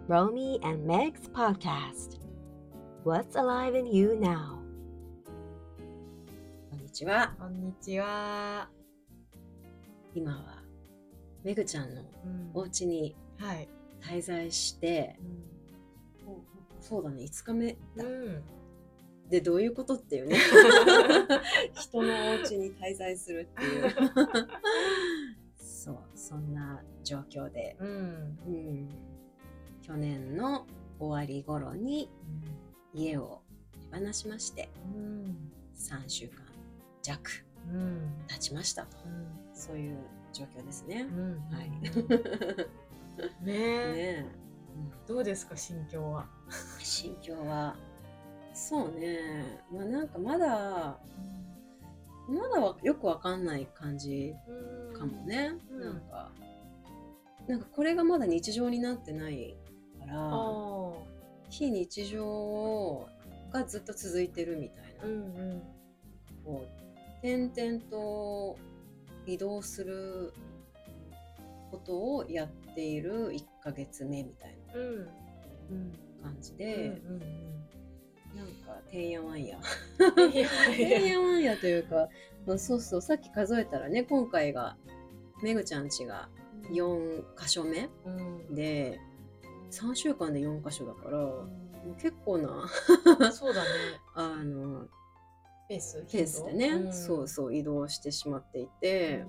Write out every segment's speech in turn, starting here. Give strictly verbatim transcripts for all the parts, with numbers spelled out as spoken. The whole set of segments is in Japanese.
Romy and Meg's podcast. What's alive in you now? こんにちは。 こんにちは。 今はめぐちゃんのうんお家にはい。 滞在して、そうだね、いつかめだ、 うん。 でどういうことっていうね人のお家に滞在するっていうそうそんな状況で、 うん。 うん、去年の終わり頃に家を手放しましてうん。 さんしゅうかん弱うん。 経ちましたと、そういう状況ですね。 うん。 はいねえ。 ねえ、 どうですか心境は。 心境はそうね、まあなんかまだまだはよくわかんない感じかもね、 うんなんかなんかこれがまだ日常になってないからあ非日常がずっと続いてるみたいな、 あ。うんうん。 こう点々と移動することをやっているいっかげつめみたいうん。うん。 な感じうんで、 うんなんかてんやわんやうん。いやてんいや。 やわんやというか、そうそうさっき数えたらね、今回がめぐちゃん家がよんかしょめうん。 でさんしゅうかんでよんかしょだから、もう結構なそうだね。 あのペース。 ペースでね、 うんそうそう移動してしまっていて、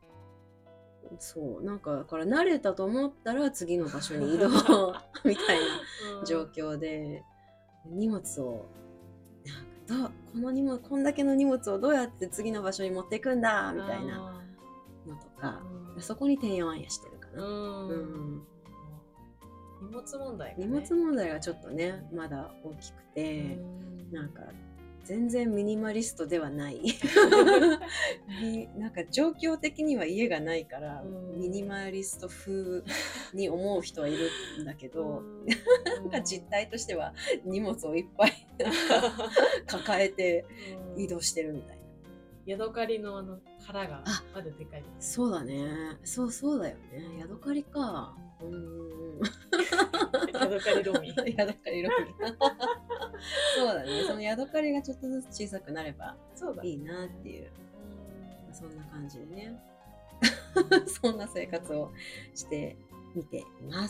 そうなんかだから慣れたと思ったら次の場所に移動みたいな状況で、荷物をなんかどうこの荷物こんだけの荷物をどうやって次の場所に持っていくんだみたいなのとか、そこにてんやわんやしてるかな。 うん。 ううんん。荷物問題がね。 荷物問題がちょっとねまだ大きくて、なんか全然ミニマリストではないみなんか状況的には家がないからうんミニマリスト風に思う人はいるんだけど、 うんなんか実態としては荷物をいっぱい抱えて移動してるみたいな。 ヤドカリのあの殻があまだでかい。 そうだね、そうそうだよね、ヤドカリか、うーんヤドカリロミ。 ヤドカリロミそうだね、そのヤドカリがちょっとずつ小さくなればそうだ。 いいなっていう、 うんそんな感じでねそんな生活をしてみています。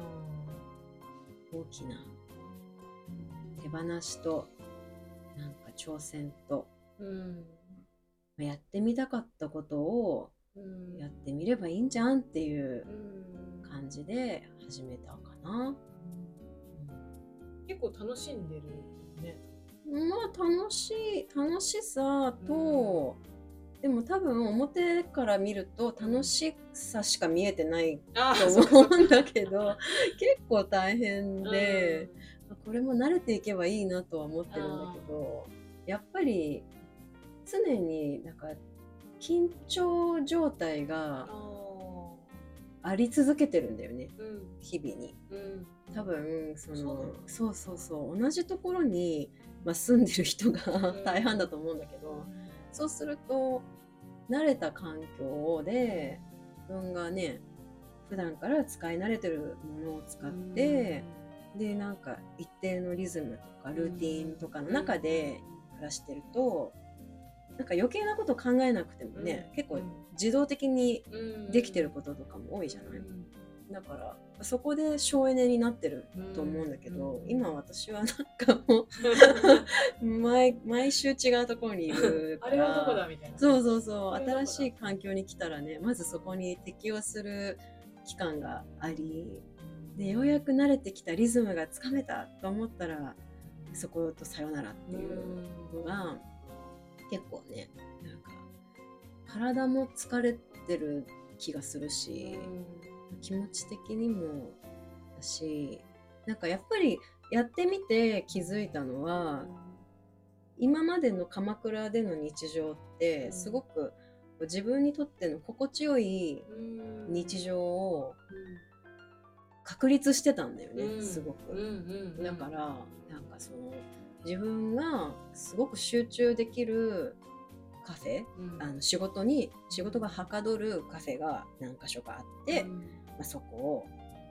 大きな手放しとなんか挑戦と、 うんやってみたかったことをうんやってみればいいんじゃんっていううん感じで始めたかな。 結構楽しんでるね。 まあ楽しい楽しさと、でも多分表から見ると楽しさしか見えてないあと思うんだけど結構大変で、これも慣れていけばいいなとは思ってるんだけど、やっぱり常になんか緊張状態があり続けてるんだよね、 うん日々に。 うん多分そのそうだよねそうそうそう同じところに、まあ、住んでる人が大半だと思うんだけど、そうすると慣れた環境で自分がね普段から使い慣れてるものを使って、でなんか一定のリズムとかルーティンとかの中で暮らしてると、なんか余計なこと考えなくてもね、 うん結構自動的にうんできてることとかも多いじゃない、 うんだからそこで省エネになってると思うんだけど、 うん今私はなんかもう毎, 毎週違うところにいるからあれはどこだみたいな。 そうそうそう、 これはどこだ新しい環境に来たらね、まずそこに適応する期間があり、でようやく慣れてきたリズムがつかめたと思ったらそことさよならっていうのが結構ね、なんか体も疲れてる気がするし、気持ち的にもだし、なんかやっぱりやってみて気づいたのは、今までの鎌倉での日常ってすごく自分にとっての心地よい日常を確立してたんだよね、 うんすごく、 うんうんうんだからなんかその自分がすごく集中できるカフェ、 うんあの仕事に仕事がはかどるカフェが何か所かあって、 うんまあ、そこを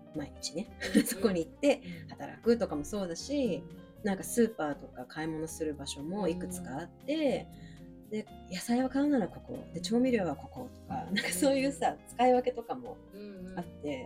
毎日ねそこに行って働くとかもそうだし、なんかスーパーとか買い物する場所もいくつかあって、で野菜を買うならここで、調味料はこことか、なんかそういうさ使い分けとかもあって、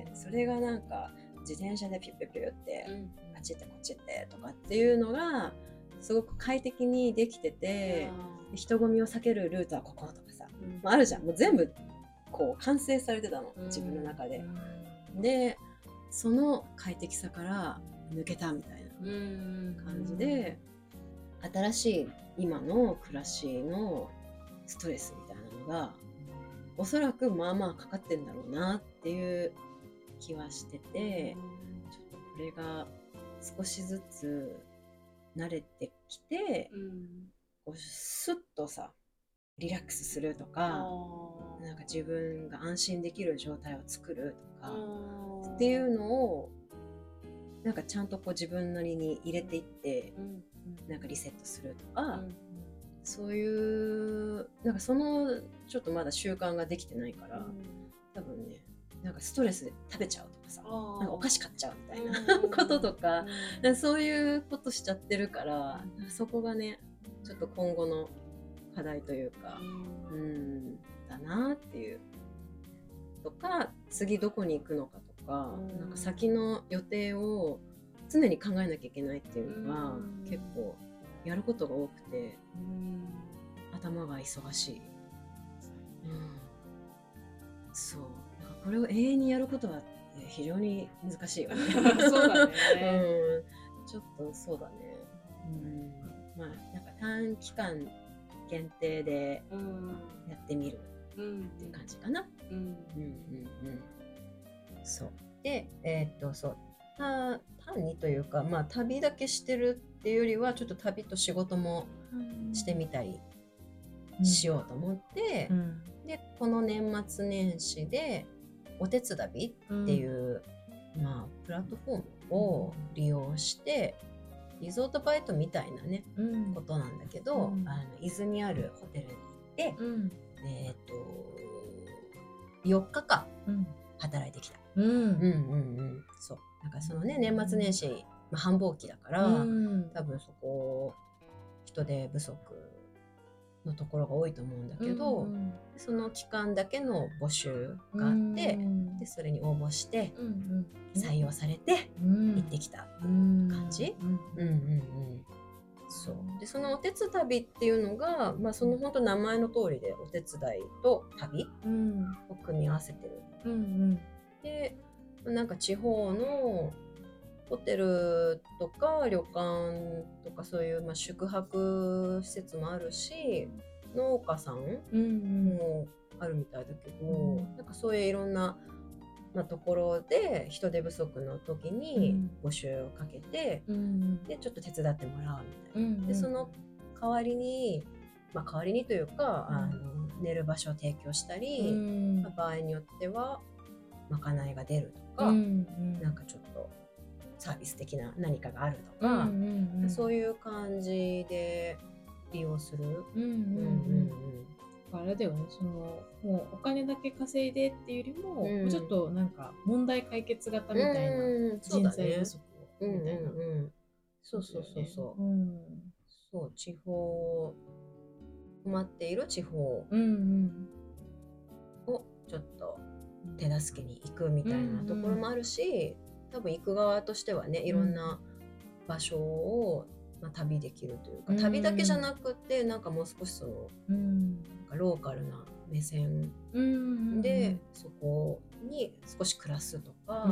それがなんか自転車でピュッピュッピュッってあっち行ってこっち行ってとかっていうのがすごく快適にできてて、人混みを避けるルートはこことかさ、まあ、あるじゃん。もう全部こう完成されてたの、自分の中で。でその快適さから抜けたみたいな感じで、新しい今の暮らしのストレスみたいなのがおそらくまあまあかかってんだろうなっていう気はしてて、ちょっとこれが少しずつ慣れてきて、こうスッとさリラックスするとか、なんか自分が安心できる状態を作るとかっていうのをなんかちゃんとこう自分なりに入れていって、なんかリセットするとか、そういうなんかそのちょっとまだ習慣ができてないから、多分ねなんかストレスで食べちゃうとかさ、なんかお菓子買っちゃうみたいなこととか、なんかそういうことしちゃってるから、そこがねちょっと今後の課題というか、うん、だなっていうとか、次どこに行くのかとか、なんか先の予定を常に考えなきゃいけないっていうのが結構やることが多くて、頭が忙しい、うん、そうだからこれを永遠にやることは非常に難しいよねそうだね、 うん、ちょっとそうだね、うん、まあなんか短期間限定でやってみるっていう感じかな。うんうんうんうん、そうで、えー、っとそうた単にというか、まあ旅だけしてるっていうよりはちょっと旅と仕事もしてみたりしようと思って、うん、でこの年末年始でお手伝いっていう、うん、まあプラットフォームを利用してリゾートバイトみたいなね、うん、ことなんだけど、うん、あの伊豆にあるホテルに行って、うん、えっとよっかかん働いてきた。うんうんうんうん、そうなんかそのね年末年始、まあ、繁忙期だから、うん、多分そこ人手不足のところが多いと思うんだけど、うんうん、その期間だけの募集があって、うん、でそれに応募して、うんうん、採用されて行ってきた感じ、うんうんうん、そうでそのお手伝いっていうのが、まあ、その本当名前の通りでお手伝いと旅を組み合わせてる、うんうん、でなんか地方のホテルとか旅館とかそういう、まあ、宿泊施設もあるし農家さんもあるみたいだけど、うんうん、なんかそういういろんな、まあ、ところで人手不足の時に募集をかけて、うん、でちょっと手伝ってもらうみたいな、うんうん、でその代わりに、まあ、代わりにというか、うん、あの寝る場所を提供したり、うん、まあ、場合によってはまかないが出るとか、うんうん、なんかちょっとサービス的な何かがあるとか、うんうんうん、そういう感じで利用する。うんうんうんうん、あれだよね、そのもうお金だけ稼いでっていうよりも、うん、ちょっとなんか問題解決型みたいな、うん、人材不足みたいな、うんうんうん、 そうそうそうそう、うん、そう地方困っている地方をちょっと手助けに行くみたいなところもあるし、多分行く側としてはねいろんな場所を、まあ、旅できるというか、うん、旅だけじゃなくてなんかもう少しその、うん、なんかローカルな目線でそこに少し暮らすとか、うん、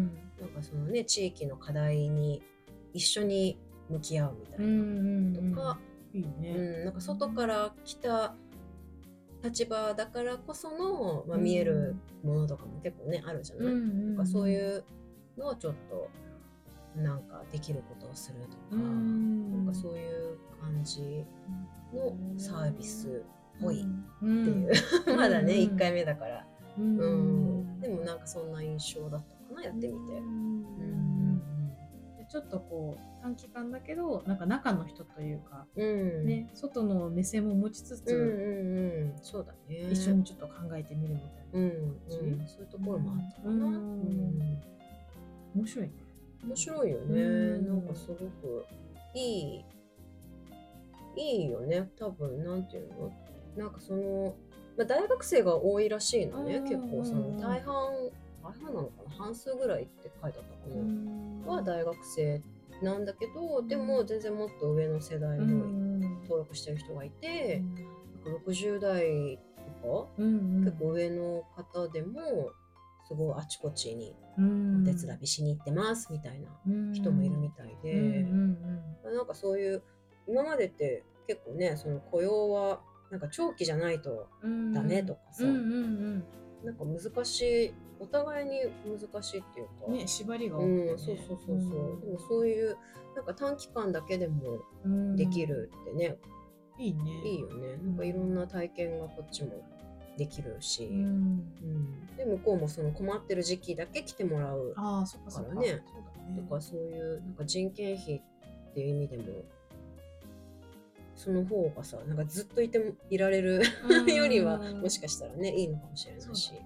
なんかそのね地域の課題に一緒に向き合うみたいなとか、いいね、うん、なんか外から来た立場だからこその、まあ、見えるものとかも結構ねあるじゃない、うん、なんかそういうのをちょっとなんかできることをするとか、うん、なんかそういう感じのサービスっぽいっていう、うん、まだね、うん、いっかいめだから、うんうん、でもなんかそんな印象だったかなやってみて、うん、 ちょっとこう短期間だけどなんか中の人というか、うんね、外の目線も持ちつつ、うんうんうん、そうだね、一緒にちょっと考えてみるみたいな、うんうん、 そういうところもあったかな、うんうん、 面白いね。 面白いよね。 うんなんかすごくいいいいよね。多分なんていうの、なんかその、まあ、大学生が多いらしいのね。 うん結構その大半大半なのかな、半数ぐらいって書いてあったかな、 うんは大学生なんだけど、でも全然もっと上の世代うもん登録してる人がいて、なんかろくじゅう代とか、 うん結構上の方でもすごいあちこちにうんお手伝いしに行ってますみたいな人もいるみたいで、 うんうんなんかそういう今までって結構ね、その雇用はなんか長期じゃないとうんダメとかさ、 うんうんなんか難しい、お互いに難しいっていうか、 うんね、縛りが多くてね、 うん、そうそうそうそう、でもそういうなんか短期間だけでもうんできるってね、 いいね。 いいよね。なんかいろんな体験がこっちもできるし、 うんうんで向こうもその困ってる時期だけ来てもらうああ、そっかそっか。 からねそうだね。 とか、そういうなんか人件費っていう意味でもその方がさ、なんかずっといてもいられるうんよりはもしかしたらねいいのかもしれないし、 そうだね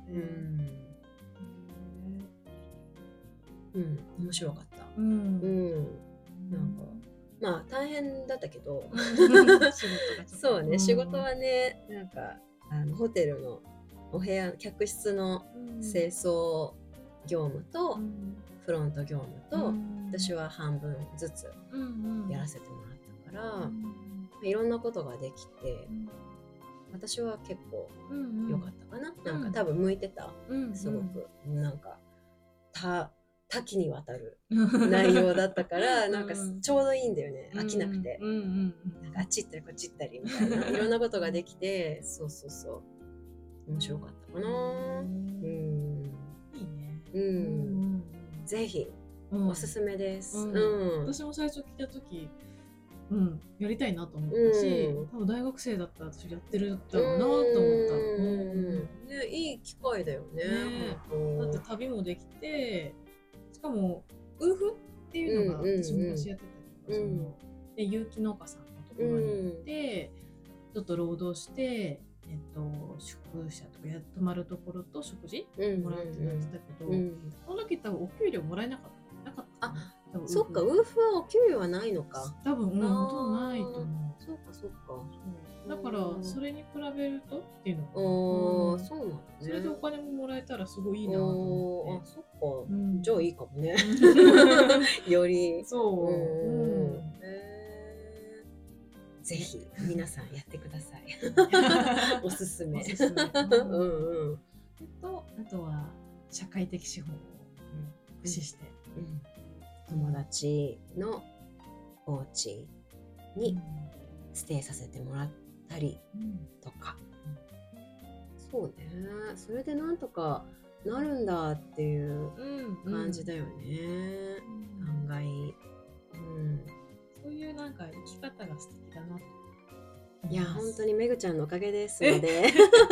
うん、うん、面白かった。 うん。 うん、なんかまあ大変だったけど仕事がちょっとそうね、 ん仕事はね、なんかあのホテルのお部屋客室の清掃業務とうんフロント業務と、 うん私は半分ずつうんやらせてもらったから、 うんいろんなことができて、 うん私は結構うん良かったかな、 んなんか多分向いてた、 うんすごくなんか多多岐にわたるうん内容だったから、 うんなんかちょうどいいんだよね、飽きなくて、 うんうんうんなんかあっち行ったりこっち行ったりみたいないろんなことができて、そうそうそう面白かったかな。うんいいね。 ううんんぜひうんおすすめです。 うんうん私も最初来た時、うん、やりたいなと思ったし、 うん多分大学生だったら私やってるだろうなと思った。 うんうんね、いい機会だよね。 ね本当だって旅もできて、しかもウーフっていうのがうんうんうん私昔やってたけど、 うんそので有機農家さんのところに行って、ちょっと労働して、えっと、宿舎とかや泊まるところと食事もらうってなってたけど、 うんうんその時多分お給料もらえなかったなかったかな。多分そっか、ウウーフーフはお給料はないのか。 多分、うん、 あーほとんどないと思う。 そっかそっか。 そうだからそれに比べるとっていうのかな、 ああ、 うんそうなんだね。 それでお金ももらえたらすごいいいなと思あーあ、 って。 そっか。 うんじゃあいいかもね。より。 そう。 うんうんへーぜひ皆さんやってください。おすすめ。 おすすめ。 うんうん。 と、あとは社会的手法を駆使して、 うん友達のお家にステイさせてもらったりうんとか、そうね、それでなんとかなるんだっていううん感じだよね、 うん案外、うん、 そういうなんか生き方が素敵だなといや本当にめぐちゃんのおかげですので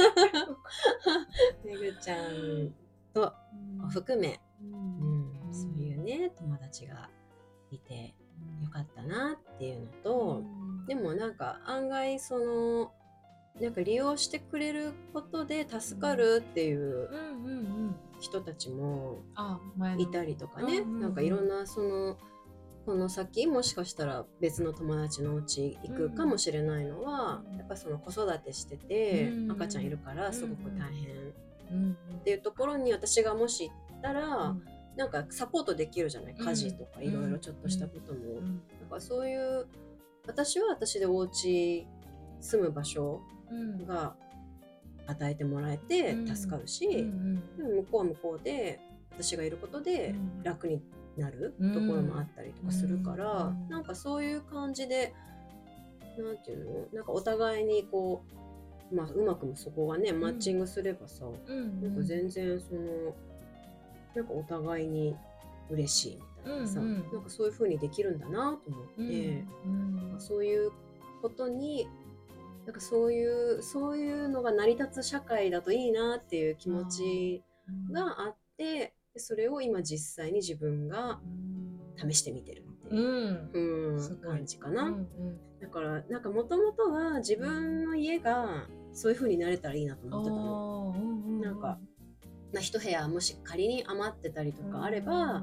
めぐちゃんと含め、うんうん、そういうね友達がいてよかったなっていうのと、でもなんか案外そのなんか利用してくれることで助かるっていう人たちもいたりとかね、なんかいろんなそのこの先もしかしたら別の友達のお家行くかもしれないのは、やっぱその子育てしてて赤ちゃんいるからすごく大変っていうところに私がもし行ったら、なんかサポートできるじゃない、家事とかいろいろちょっとしたことも、なんかそういう私は私でお家住む場所が与えてもらえて助かるし、でも向こうは向こうで私がいることで楽になるところもあったりとかするから、なんかそういう感じでなんていうの、なんかお互いにこう、まあ、うまくもそこがねマッチングすればさ、なんか全然そのなんかお互いに嬉しいみたいなさ、 うんうんなんかそういう風にできるんだなと思って、 うんそういうことになんかそういうそういうのが成り立つ社会だといいなっていう気持ちがあって、それを今実際に自分が試してみてるっていう、うんうん、感じかな、うんうん、だからなんかもともとは自分の家がそういう風になれたらいいなと思ってたの、うんうん、なんかな一部屋もし仮に余ってたりとかあれば、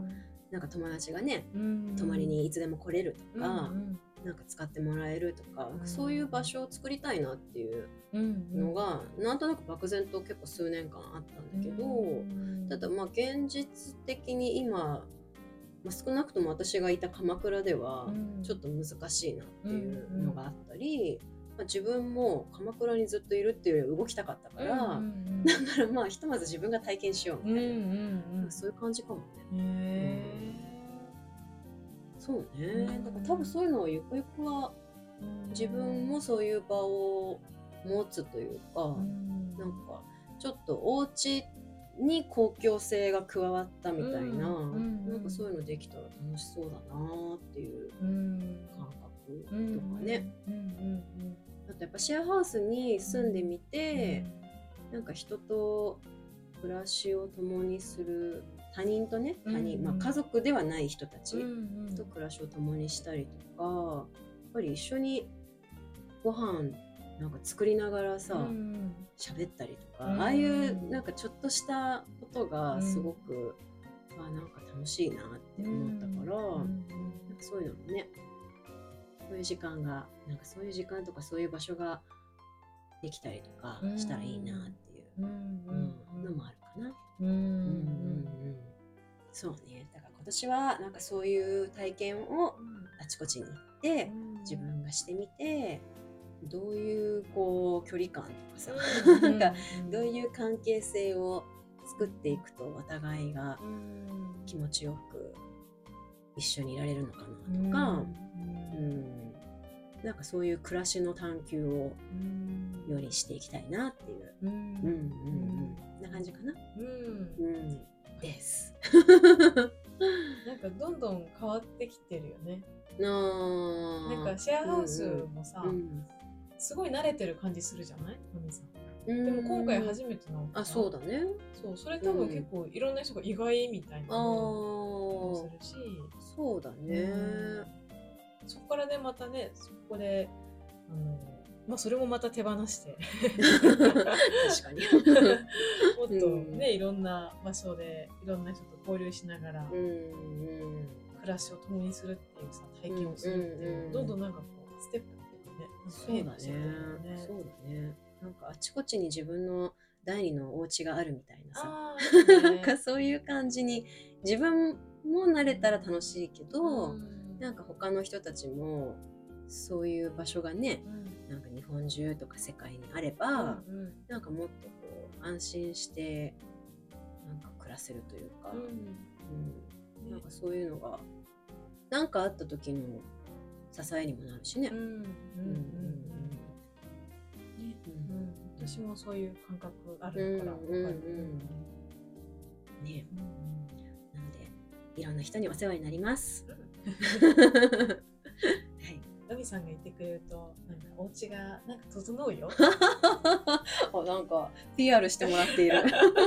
なんか友達がね、 うん泊まりにいつでも来れるとか、 うんなんか使ってもらえるとか、 うんそういう場所を作りたいなっていううんのが、なんとなく漠然と結構数年間あったんだけど、 うんただまあ現実的に今、まあ、少なくとも私がいた鎌倉ではうんちょっと難しいなっていうのがあったり、まあ、自分も鎌倉にずっといるっていうより動きたかったから、 うんうんだからまあひとまず自分が体験しようみたいな、 うんうんなんかそういう感じかもね。 へそうね、 うんだから多分そういうのをゆくゆくはー自分もそういう場を持つというか、 うんなんかちょっとお家に公共性が加わったみたいな、 うんうんなんかそういうのできたら楽しそうだなっていううん感覚とかね、 うんうんあとやっぱシェアハウスに住んでみて、なんか人と暮らしを共にする他人とね、他人、 うんまあ、家族ではない人たちうんと暮らしを共にしたりとか、やっぱり一緒にご飯なんか作りながらさ、 うん喋ったりとか、 うんああいうなんかちょっとしたことがすごく、うん、あなんか楽しいなって思ったから、うん、なんかそういうのもね、そういう時間がなんかそういう時間とかそういう場所ができたりとかしたらいいなっていう、 うんうん、のもあるかな。 うんうんうんうんうん、そうね。だから今年はなんかそういう体験をあちこちに行って自分がしてみて、どういうこう距離感とかさ、なんかどういう関係性を作っていくとお互いが気持ちよく一緒にいられるのかなとか、うん、なんかそういう暮らしの探求をよりしていきたいなっていう、うんうんうん、な感じかな、うんうん、です。 なんかどんどん変わってきてるよね。 ななんかシェアハウスもさ、 うんうんすごい慣れてる感じするじゃないマミさん。でも今回初めてなの。 あ、そうだね。 そう、それ多分結構いろんな人が意外みたいなのもするし。 そうだね。 そこからね、またね、そこで、あの、まあそれもまた手放して。 確かに。 もっとね、いろんな場所でいろんな人と交流しながら、暮らしを共にするっていうさ、体験をするっていう、どんどんなんかこう、ステップそうだね。そうだね。なんかあちこちに自分の第二のお家があるみたいなさ、なんかそういう感じに自分も慣れたら楽しいけど、なんか他の人たちもそういう場所がね、なんか日本中とか世界にあれば、なんかもっとこう安心してなんか暮らせるというか、うん、なんかそういうのがなんかあった時の支えにもなるしね。 私もそういう感覚あるから分かる。 ね、なんでいろんな人にお世話になります。 はい。ナミさんが言ってくれるとなんかお家がなんか整うよ。 あ、なんか ピーアール してもらっている。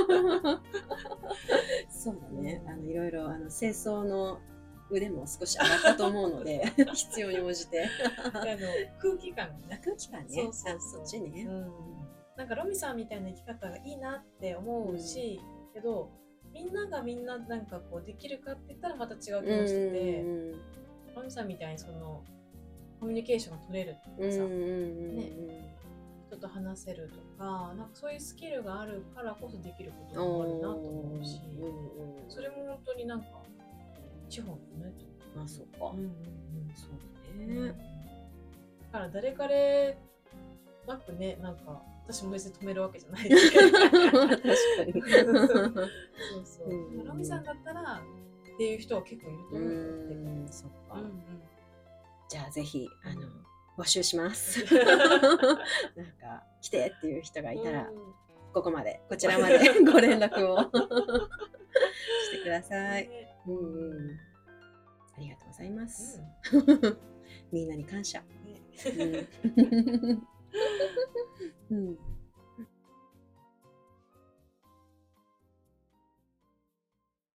そうだね。あのいろいろあの清掃の腕も少し上がったと思うので必要に応じてあの空気感ね。 空気感ね。そうそうそう、そっちね。うん、 なんかロミさんみたいな生き方がいいなって思うし、うん、けどみんながみんななんかこうできるかって言ったらまた違う気もしてて、うん、ロミさんみたいにそのコミュニケーションが取れるとかさ、うんね、人と話せるとか、なんかそういうスキルがあるからこそできることもあるなと思うし、うん、それも本当になんか地方のね。 あ、そっか。うんうんうん、そうだね。だから誰彼なくね、なんか私も別に止めるわけじゃないですけど。確かに。そうそう。うんうん、ロミさんだったらっていう人は結構いると思うよって。うん、 そっか。うんうん、じゃあぜひあの募集します。なんか来てっていう人がいたら、うん、ここまでこちらまでご連絡をしてください。うんうん、ありがとうございます。うん、みんなに感謝。うんうん